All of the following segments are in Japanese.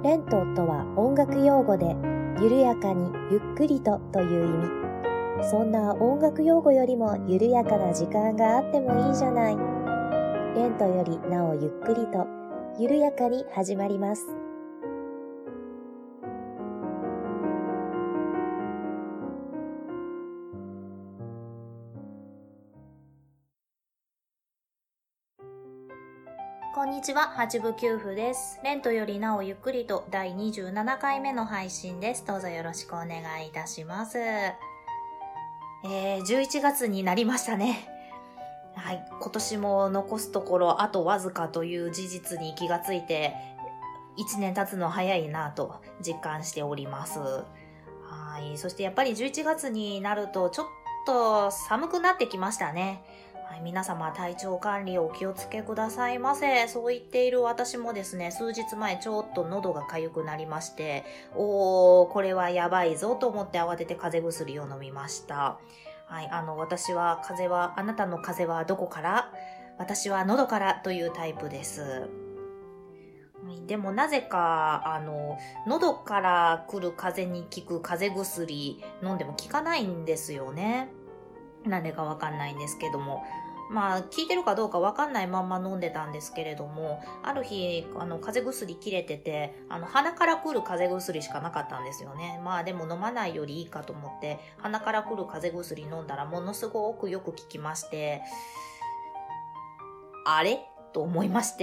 レントとは音楽用語で、緩やかにゆっくりとという意味。そんな音楽用語よりも緩やかな時間があってもいいじゃない。レントよりなおゆっくりと、緩やかに始まります。こんにちは、八部九夫です。レントよりなおゆっくりと第27回目の配信です。どうぞよろしくお願いいたします。11月になりましたね。はい、今年も残すところあとわずかという事実に気がついて、1年経つの早いなと実感しております。はい、そしてやっぱり11月になるとちょっと寒くなってきましたね。はい、皆様体調管理をお気をつけくださいませ。そう言っている私もですね、数日前ちょっと喉が痒くなりまして、これはやばいぞと思って慌てて風邪薬を飲みました。はい、私はあなたの風邪はどこから？私は喉からというタイプです。でもなぜか、喉から来る風邪に効く風邪薬飲んでも効かないんですよね。なんでかわかんないんですけども。まあ、効いてるかどうかわかんないまんま飲んでたんですけれども、ある日、風邪薬切れてて、鼻から来る風邪薬しかなかったんですよね。まあでも飲まないよりいいかと思って、鼻から来る風邪薬飲んだらものすごくよく効きまして、あれと思いまして、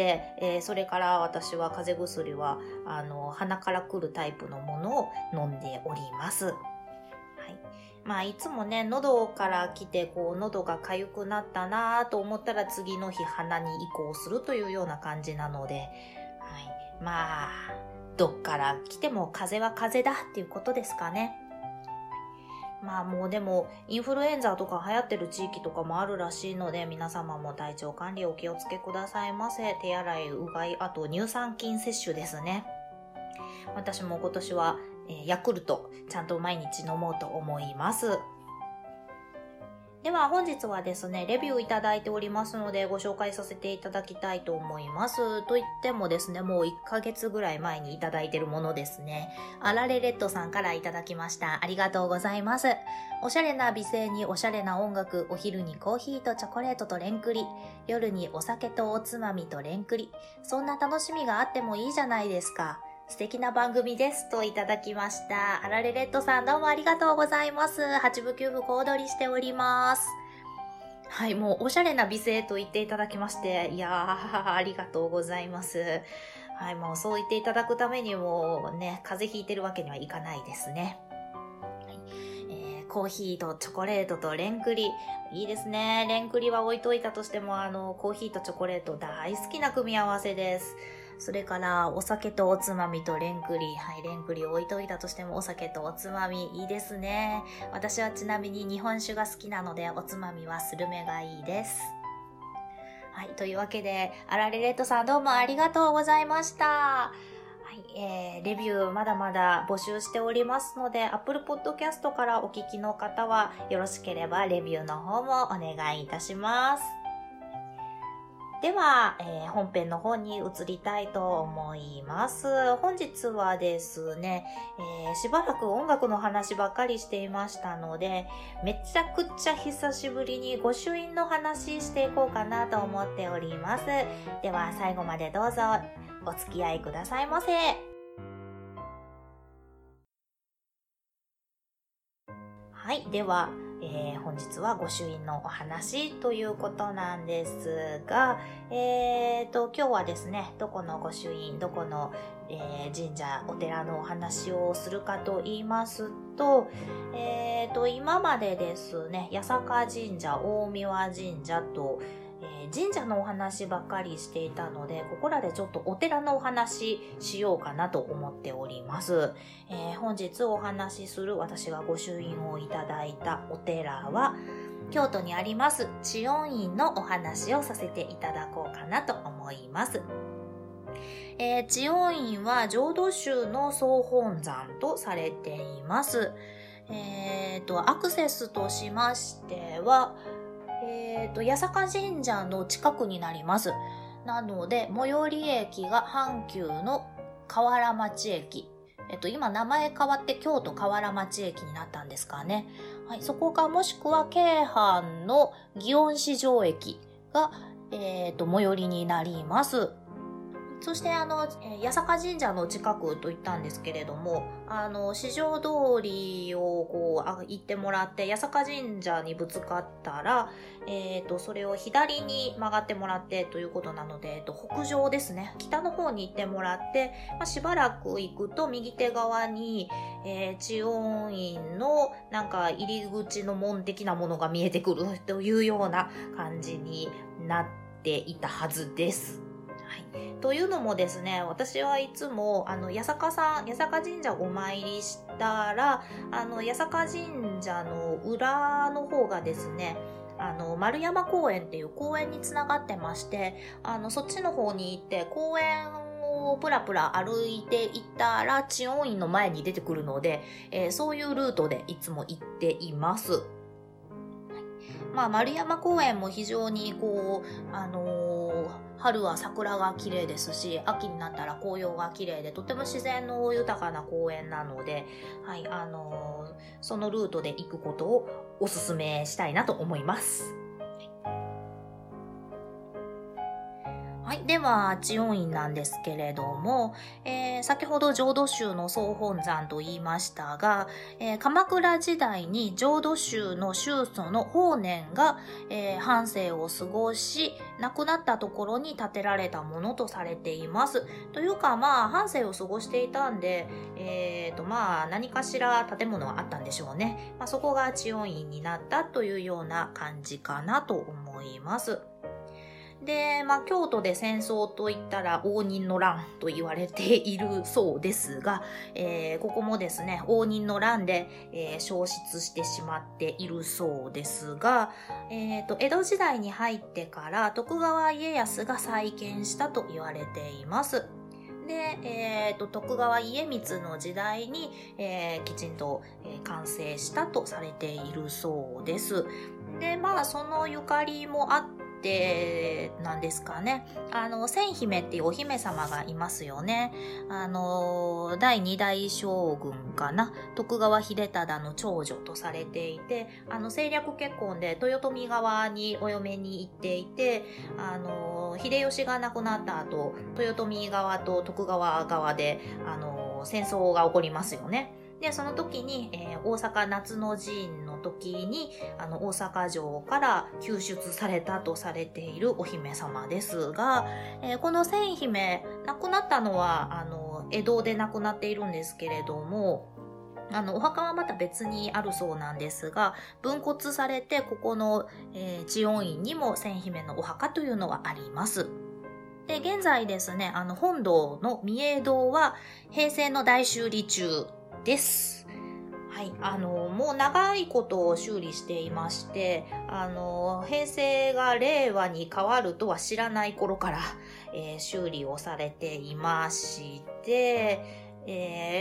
それから私は風邪薬は、鼻から来るタイプのものを飲んでおります。まあいつもね、喉から来て喉が痒くなったなと思ったら次の日鼻に移行するというような感じなので、はい、まあどっから来ても風邪は風邪だっていうことですかね。まあもうでもインフルエンザとか流行ってる地域とかもあるらしいので、皆様も体調管理お気をつけくださいませ。手洗い、うがい、あと乳酸菌摂取ですね。私も今年はヤクルトちゃんと毎日飲もうと思います。では本日はですね、レビューいただいておりますのでご紹介させていただきたいと思います。と言ってもですね、もう1ヶ月ぐらい前にいただいているものですね。あられレッドさんからいただきました。ありがとうございます。おしゃれな美声におしゃれな音楽、お昼にコーヒーとチョコレートとレンクリ、夜にお酒とおつまみとレンクリ、そんな楽しみがあってもいいじゃないですか。素敵な番組ですといただきました。あられレッドさん、どうもありがとうございます。八部九夫小躍りしております。はい、もうおしゃれな美声と言っていただきまして、いやー、ありがとうございます。はい、もうそう言っていただくためにもね、風邪ひいてるわけにはいかないですね。コーヒーとチョコレートとレンクリ、いいですね。レンクリは置いといたとしても、コーヒーとチョコレート大好きな組み合わせです。それからお酒とおつまみとレンクリ、はい、レンクリ置いといたとしてもお酒とおつまみいいですね。私はちなみに日本酒が好きなのでおつまみはスルメがいいです。はい、というわけであられレッドさん、どうもありがとうございました。はい、レビューまだまだ募集しておりますので、Apple Podcast からお聞きの方はよろしければレビューの方もお願いいたします。では、本編の方に移りたいと思います。本日はですね、しばらく音楽の話ばっかりしていましたので、めちゃくちゃ久しぶりに御朱印の話していこうかなと思っております。では最後までどうぞお付き合いくださいませ。はい、では本日は御朱印のお話ということなんですが、今日はですね、どこの御朱印、どこの、神社、お寺のお話をするかと言いますと、今までですね、八坂神社、大神神社と、神社のお話ばっかりしていたので、ここらでちょっとお寺のお話しようかなと思っております。本日お話しする私が御朱印をいただいたお寺は、京都にあります知恩院のお話をさせていただこうかなと思います。知恩院は浄土宗の総本山とされています。アクセスとしましては、八坂神社の近くになります。なので、最寄り駅が阪急の河原町駅。今名前変わって京都河原町駅になったんですかね。はい、そこかもしくは京阪の祇園四条駅が、最寄りになります。そして八坂神社の近くと言ったんですけれども、四条通りを行ってもらって、八坂神社にぶつかったら、それを左に曲がってもらってということなので、北上ですね。北の方に行ってもらって、しばらく行くと右手側に、知恩院のなんか入り口の門的なものが見えてくるというような感じになっていたはずです。というのもですね、私はいつも八坂神社お参りしたら、八坂神社の裏の方がですね、丸山公園っていう公園につながってまして、そっちの方に行って公園をプラプラ歩いていったら知恩院の前に出てくるので、そういうルートでいつも行っています。丸山公園も非常に春は桜が綺麗ですし、秋になったら紅葉が綺麗で、とても自然の豊かな公園なので、はい、そのルートで行くことをお勧めしたいなと思います。はい。では、知恩院なんですけれども、先ほど浄土宗の総本山と言いましたが、鎌倉時代に浄土宗の宗祖の法然が、半生を過ごし、亡くなったところに建てられたものとされています。というか、半生を過ごしていたんで、何かしら建物はあったんでしょうね。そこが知恩院になったというような感じかなと思います。で、京都で戦争といったら応仁の乱と言われているそうですが、ここもですね、応仁の乱で、消失してしまっているそうですが、江戸時代に入ってから徳川家康が再建したと言われています。で、徳川家光の時代に、きちんと、完成したとされているそうです。で、そのゆかりもあってなんですかね。千姫っていうお姫様がいますよね。第二代将軍かな。徳川秀忠の長女とされていて、政略結婚で豊臣側にお嫁に行っていて、秀吉が亡くなった後、豊臣側と徳川側で、戦争が起こりますよね。で、その時に、大阪夏の陣の時に、大阪城から救出されたとされているお姫様ですが、この千姫、亡くなったのは、江戸で亡くなっているんですけれども、お墓はまた別にあるそうなんですが、分骨されて、ここの、知恩院にも千姫のお墓というのはあります。で、現在ですね、本堂の御栄堂は平成の大修理中です。はい。もう長いことを修理していまして、平成が令和に変わるとは知らない頃から、修理をされていまして、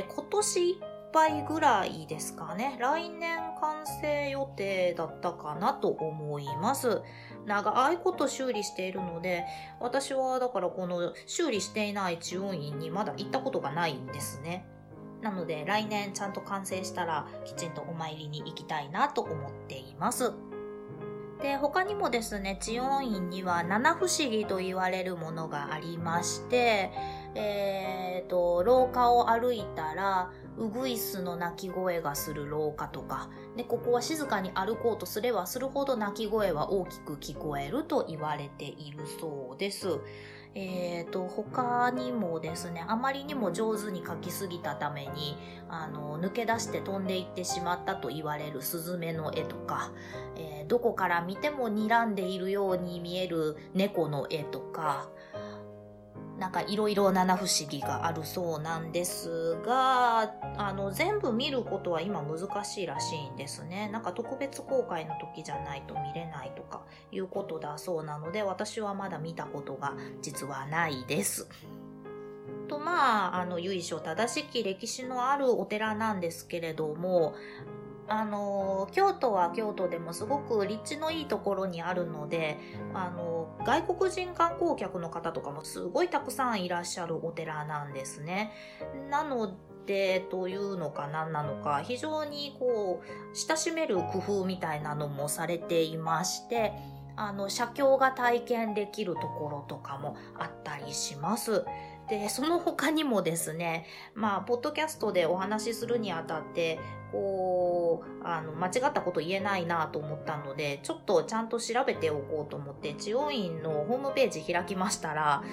今年いっぱいぐらいですかね。来年完成予定だったかなと思います。長いこと修理しているので、私はだからこの修理していない知恩院にまだ行ったことがないんですね。なので来年ちゃんと完成したらきちんとお参りに行きたいなと思っています。で、他にもですね、知恩院には七不思議と言われるものがありまして、廊下を歩いたらウグイスの鳴き声がする廊下とか、で、ここは静かに歩こうとすればするほど鳴き声は大きく聞こえると言われているそうです。他にもですね、あまりにも上手に描きすぎたために、抜け出して飛んでいってしまったと言われるスズメの絵とか、どこから見ても睨んでいるように見える猫の絵とか、なんかいろいろ七不思議があるそうなんですが、全部見ることは今難しいらしいんですね。なんか特別公開の時じゃないと見れないとかいうことだそうなので、私はまだ見たことが実はないです。と、由緒正しき歴史のあるお寺なんですけれども、 京都は京都でもすごく立地のいいところにあるので、外国人観光客の方とかもすごいたくさんいらっしゃるお寺なんですね。なので、というのか何なのか、非常に親しめる工夫みたいなのもされていまして、写経が体験できるところとかもあったりします。で、その他にもですね、ポッドキャストでお話しするにあたって、間違ったこと言えないなと思ったので、ちょっとちゃんと調べておこうと思って、知恩院のホームページ開きましたら、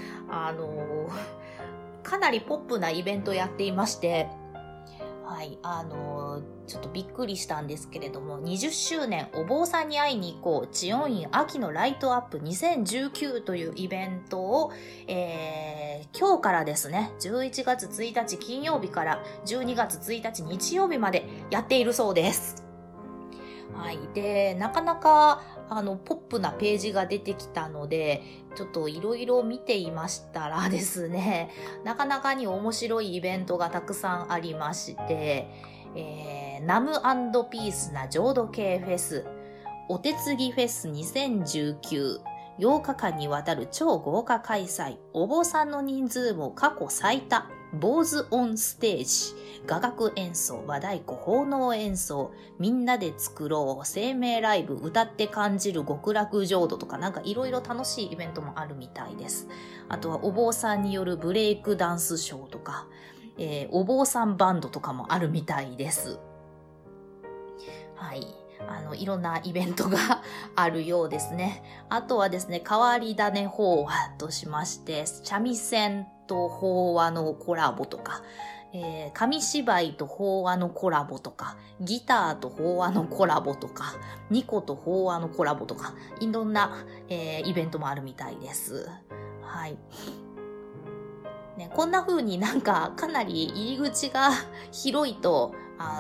かなりポップなイベントやっていまして、はい、ちょっとびっくりしたんですけれども、20周年お坊さんに会いに行こう、知恩院秋のライトアップ2019というイベントを、今日からですね、11月1日金曜日から12月1日日曜日までやっているそうです。はい。で、なかなか、ポップなページが出てきたので、ちょっといろいろ見ていましたらですね、なかなかに面白いイベントがたくさんありまして、ナム&ピースな浄土系フェス、お手継ぎフェス2019、8日間にわたる超豪華開催、お坊さんの人数も過去最多、坊主オンステージ、雅楽演奏、和太鼓、奉納演奏、みんなで作ろう、生命ライブ、歌って感じる極楽浄土とか、なんかいろいろ楽しいイベントもあるみたいです。あとはお坊さんによるブレイクダンスショーとか、お坊さんバンドとかもあるみたいです。はい。いろんなイベントがあるようですね。あとはですね、変わり種法話としまして、三味線と法話のコラボとか、紙芝居と法話のコラボとか、ギターと法話のコラボとか、ニコと法話のコラボとか、いろんな、イベントもあるみたいです。はい。ね、こんな風になんかかなり入り口が広いと、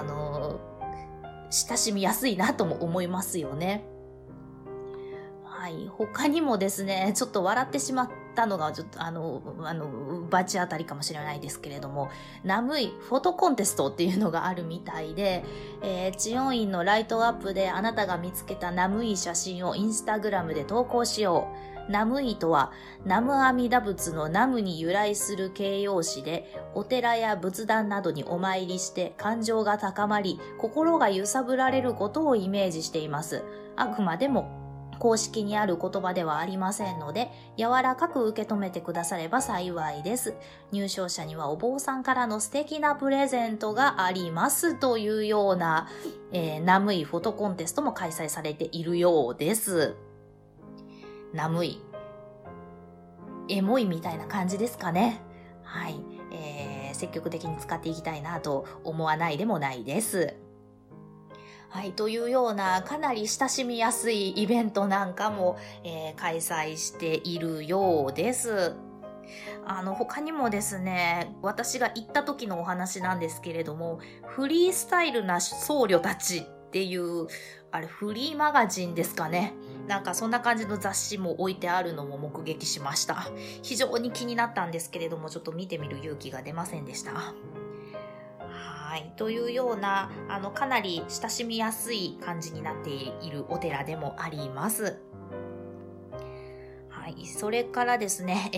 親しみやすいなとも思いますよね。はい。他にもですね、ちょっと笑ってしまったのが、ちょっとバチ当たりかもしれないですけれども、ナムイフォトコンテストっていうのがあるみたいで、知恩院のライトアップであなたが見つけたナムイ写真をインスタグラムで投稿しよう。ナムイとは、ナム阿弥陀仏のナムに由来する形容詞で、お寺や仏壇などにお参りして感情が高まり、心が揺さぶられることをイメージしています。あくまでも公式にある言葉ではありませんので、柔らかく受け止めてくだされば幸いです。入賞者にはお坊さんからの素敵なプレゼントがありますというような、ナムイフォトコンテストも開催されているようです。ナムイ。エモいみたいな感じですかね。はい。積極的に使っていきたいなと思わないでもないです。はい。というような、かなり親しみやすいイベントなんかも、開催しているようです。他にもですね、私が行った時のお話なんですけれども、フリースタイルな僧侶たちっていう、あれ、フリーマガジンですかね。なんかそんな感じの雑誌も置いてあるのも目撃しました。非常に気になったんですけれども、ちょっと見てみる勇気が出ませんでした。はい。というような、かなり親しみやすい感じになっているお寺でもあります。はい。それからですね、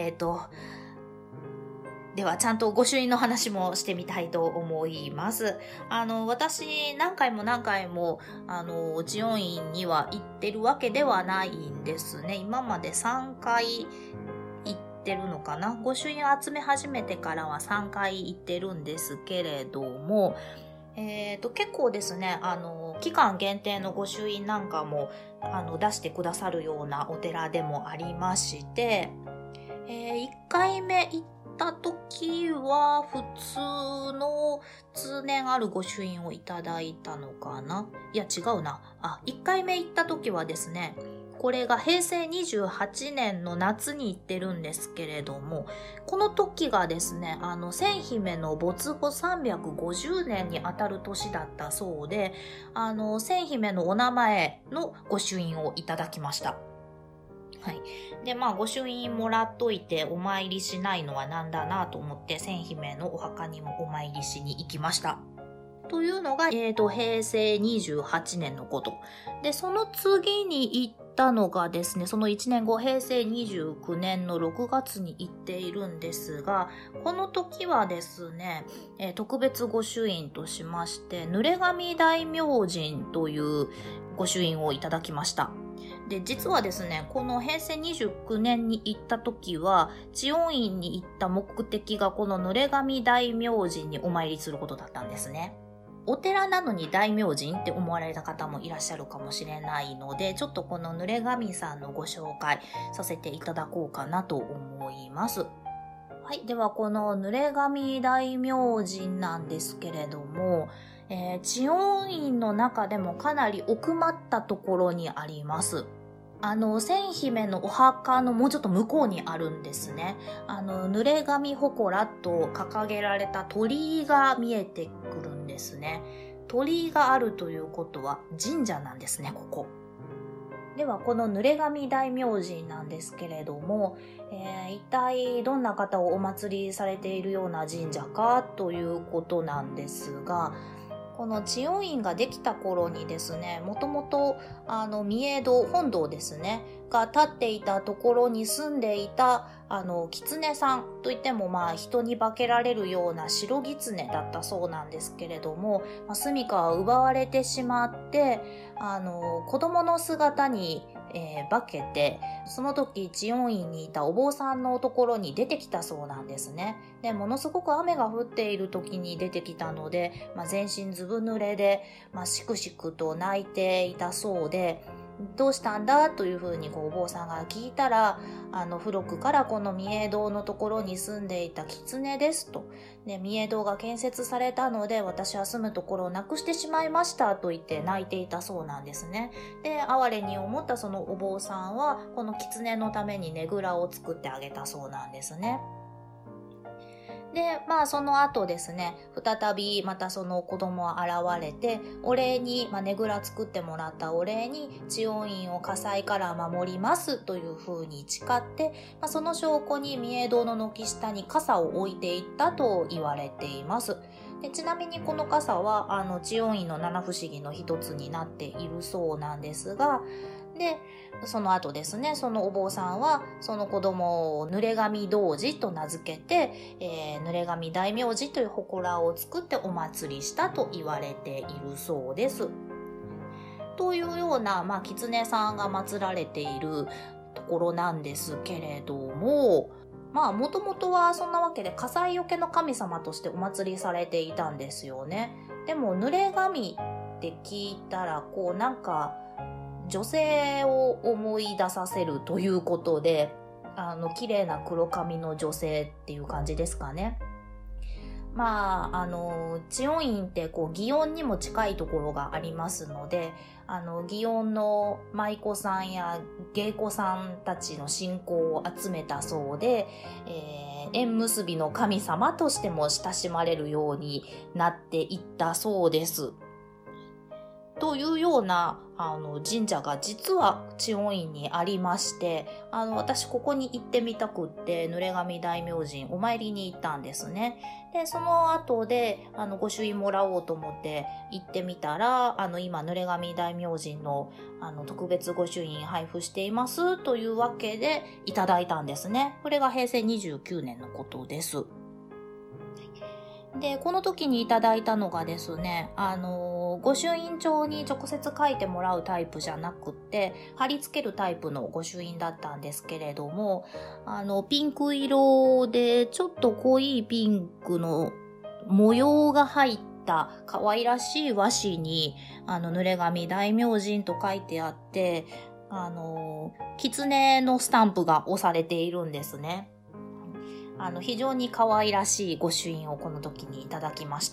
では、ちゃんと御朱印の話もしてみたいと思います。私、何回も、知恩院には行ってるわけではないんですね。今まで3回行ってるのかな。御朱印集め始めてからは3回行ってるんですけれども、結構ですね、期間限定の御朱印なんかも、出してくださるようなお寺でもありまして、1回目行った時は普通の通年ある御朱印をいただいたのかな。いや違うな。1回目行った時はですね、これが平成28年の夏に行ってるんですけれども、この時がですね、千姫の没後350年にあたる年だったそうで、千姫のお名前の御朱印をいただきました。はい。で、御朱印もらっといてお参りしないのはなんだなと思って、千姫のお墓にもお参りしに行きました。 というのが、平成28年のこと。で、その次に行ったのがですね、その1年後、平成29年の6月に行っているんですが、この時はですね、特別御朱印としまして、濡れ髪大明神という御朱印をいただきました。で、実はですね、この平成29年に行った時は、知恩院に行った目的がこの濡れ髪大明神にお参りすることだったんですね。お寺なのに大明神って思われた方もいらっしゃるかもしれないので、ちょっとこの濡れ髪さんのご紹介させていただこうかなと思います。はい。では、この濡れ髪大明神なんですけれども、知恩院の中でもかなり奥まったところにあります。千姫のお墓のもうちょっと向こうにあるんですね。濡れ髪祠と掲げられた鳥居が見えてくるんですね。鳥居があるということは神社なんですね、ここ。では、この濡れ髪大明神なんですけれども、一体どんな方をお祭りされているような神社かということなんですが、この知恩院ができた頃にですね、もともと御影堂、本堂ですね、が建っていたところに住んでいた狐さんといっても人に化けられるような白狐だったそうなんですけれども、住処は奪われてしまって子供の姿に化けて、その時知恩院にいたお坊さんのところに出てきたそうなんですね。で、ものすごく雨が降っている時に出てきたので、全身ずぶ濡れで、しくしくと泣いていたそうで、どうしたんだというふうにお坊さんが聞いたら、古くからこの御影堂のところに住んでいた狐ですと。で、御影堂が建設されたので、私は住むところをなくしてしまいましたと言って泣いていたそうなんですね。で、哀れに思ったそのお坊さんは、この狐のためにねぐらを作ってあげたそうなんですね。で、その後ですね、再びまたその子供は現れて、お礼に、ねぐら作ってもらったお礼に、知恩院を火災から守りますという風に誓って、その証拠に御影堂の軒下に傘を置いていったと言われています。で、ちなみにこの傘は、知恩院の七不思議の一つになっているそうなんですが、で、その後ですね、そのお坊さんは、その子供を濡れ髪童子と名付けて、濡れ髪大明神という祠を作ってお祭りしたと言われているそうです。というような、狐さんが祀られているところなんですけれども、もともとはそんなわけで火災よけの神様としてお祭りされていたんですよね。でも、濡れ髪って聞いたら、なんか、女性を思い出させるということで、綺麗な黒髪の女性っていう感じですかね。知恩院って祇園にも近いところがありますので、祇園の舞妓さんや芸妓さんたちの信仰を集めたそうで、縁結びの神様としても親しまれるようになっていったそうです。というような神社が実は知恩院にありまして、私ここに行ってみたくって濡れ髪大明神お参りに行ったんですね。で、その後で御朱印もらおうと思って行ってみたら、今濡れ髪大明神の特別御朱印配布していますというわけでいただいたんですね。これが平成29年のことです。で、この時にいただいたのがですね、御朱印帳に直接書いてもらうタイプじゃなくって、貼り付けるタイプの御朱印だったんですけれども、ピンク色でちょっと濃いピンクの模様が入った可愛らしい和紙に、濡れ髪大明神と書いてあって、狐のスタンプが押されているんですね。非常に可愛らしい御朱印をこの時にいただきました。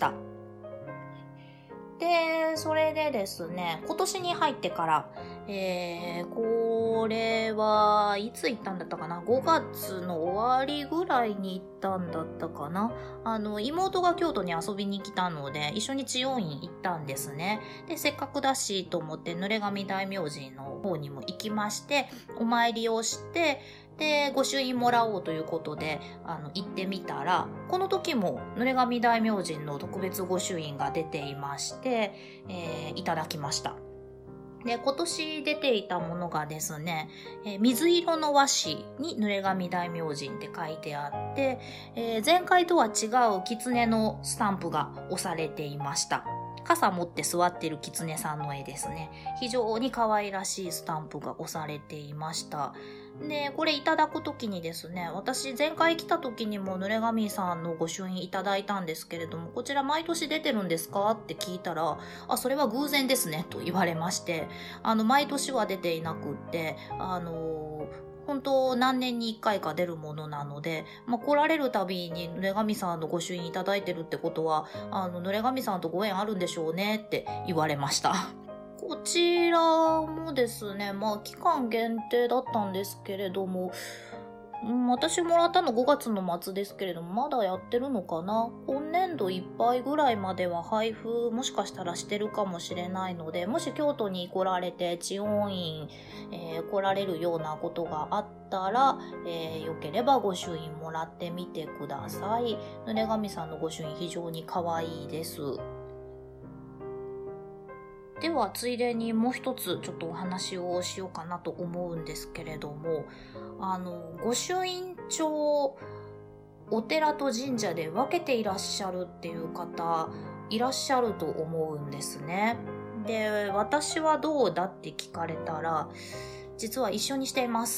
で、それでですね、今年に入ってから、これはいつ行ったんだったかな ?5 月の終わりぐらいに行ったんだったかな。妹が京都に遊びに来たので、一緒に知恩院行ったんですね。で、せっかくだしと思って、濡れ髪大明神の方にも行きまして、お参りをして、 で、御朱印もらおうということで、行ってみたら、この時も、濡れ神大明神の特別御朱印が出ていまして、いただきました。で、今年出ていたものがですね、水色の和紙に濡れ神大明神って書いてあって、前回とは違う狐のスタンプが押されていました。傘持って座ってる狐さんの絵ですね。非常に可愛らしいスタンプが押されていました。で、これいただくときにですね、私前回来たときにも濡れ神さんの御朱印いただいたんですけれども、こちら毎年出てるんですかって聞いたら、それは偶然ですねと言われまして、毎年は出ていなくって、本当何年に1回か出るものなので、来られるたびに濡れ神さんの御朱印いただいてるってことは、濡れ神さんとご縁あるんでしょうねって言われました。こちらもですね、期間限定だったんですけれども、私もらったの5月の末ですけれども、まだやってるのかな？今年度いっぱいぐらいまでは配布もしかしたらしてるかもしれないので、もし京都に来られて知恩院、来られるようなことがあったら、よければ御朱印もらってみてください。濡れ神さんの御朱印非常に可愛いです。ではついでにもう一つちょっとお話をしようかなと思うんですけれども、御朱印帳お寺と神社で分けていらっしゃるっていう方いらっしゃると思うんですね。で、私はどうだって聞かれたら、実は一緒にしています。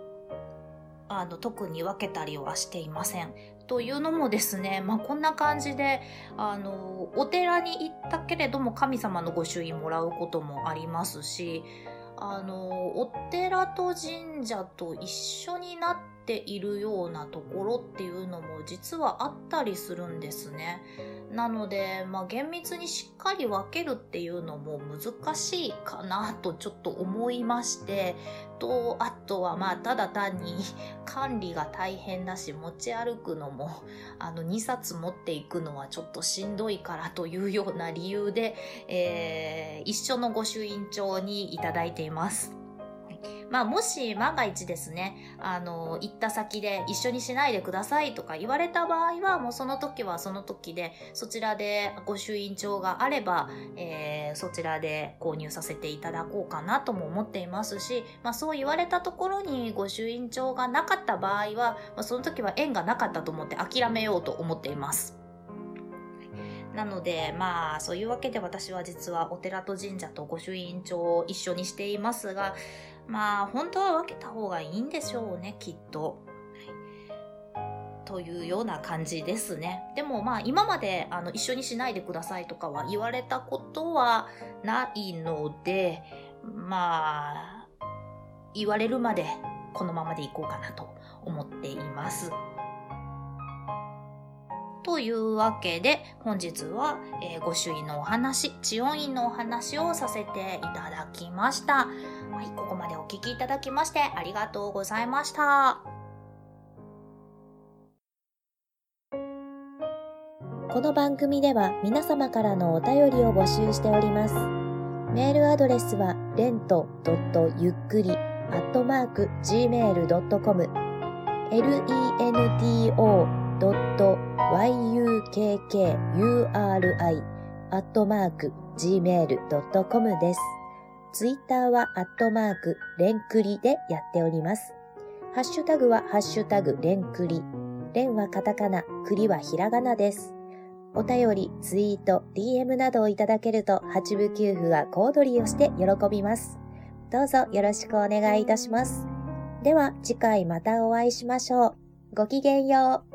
特に分けたりはしていません。というのもですね、こんな感じで、お寺に行ったけれども神様の御朱印もらうこともありますし、お寺と神社と一緒になっているようなところっていうのも実はあったりするんですね。なので、厳密にしっかり分けるっていうのも難しいかなとちょっと思いまして、あとはただ単に管理が大変だし持ち歩くのも2冊持っていくのはちょっとしんどいからというような理由で、一緒の御朱印帳にいただいています。もし万が一ですね、行った先で一緒にしないでくださいとか言われた場合は、もうその時はその時で、そちらで御朱印帳があれば、そちらで購入させていただこうかなとも思っていますし、そう言われたところに御朱印帳がなかった場合は、その時は縁がなかったと思って諦めようと思っています。なので、そういうわけで私は実はお寺と神社と御朱印帳を一緒にしていますが、本当は分けた方がいいんでしょうね、きっと。というような感じですね。でも今まで一緒にしないでくださいとかは言われたことはないので、言われるまでこのままでいこうかなと思っています。というわけで本日は、御朱印のお話、知恩院のお話をさせていただきました。ここまでお聞きいただきましてありがとうございました。 この番組では皆様からのお便りを募集しております。メールアドレスはlento.yukkuri@gmail.com lento.yukkuri@gmail.com です。ツイッターはレンクリでやっております。ハッシュタグはハッシュタグレンクリ。レンはカタカナ、クリはひらがなです。お便り、ツイート、DM などをいただけると八部九夫が小躍りをして喜びます。どうぞよろしくお願いいたします。では次回またお会いしましょう。ごきげんよう。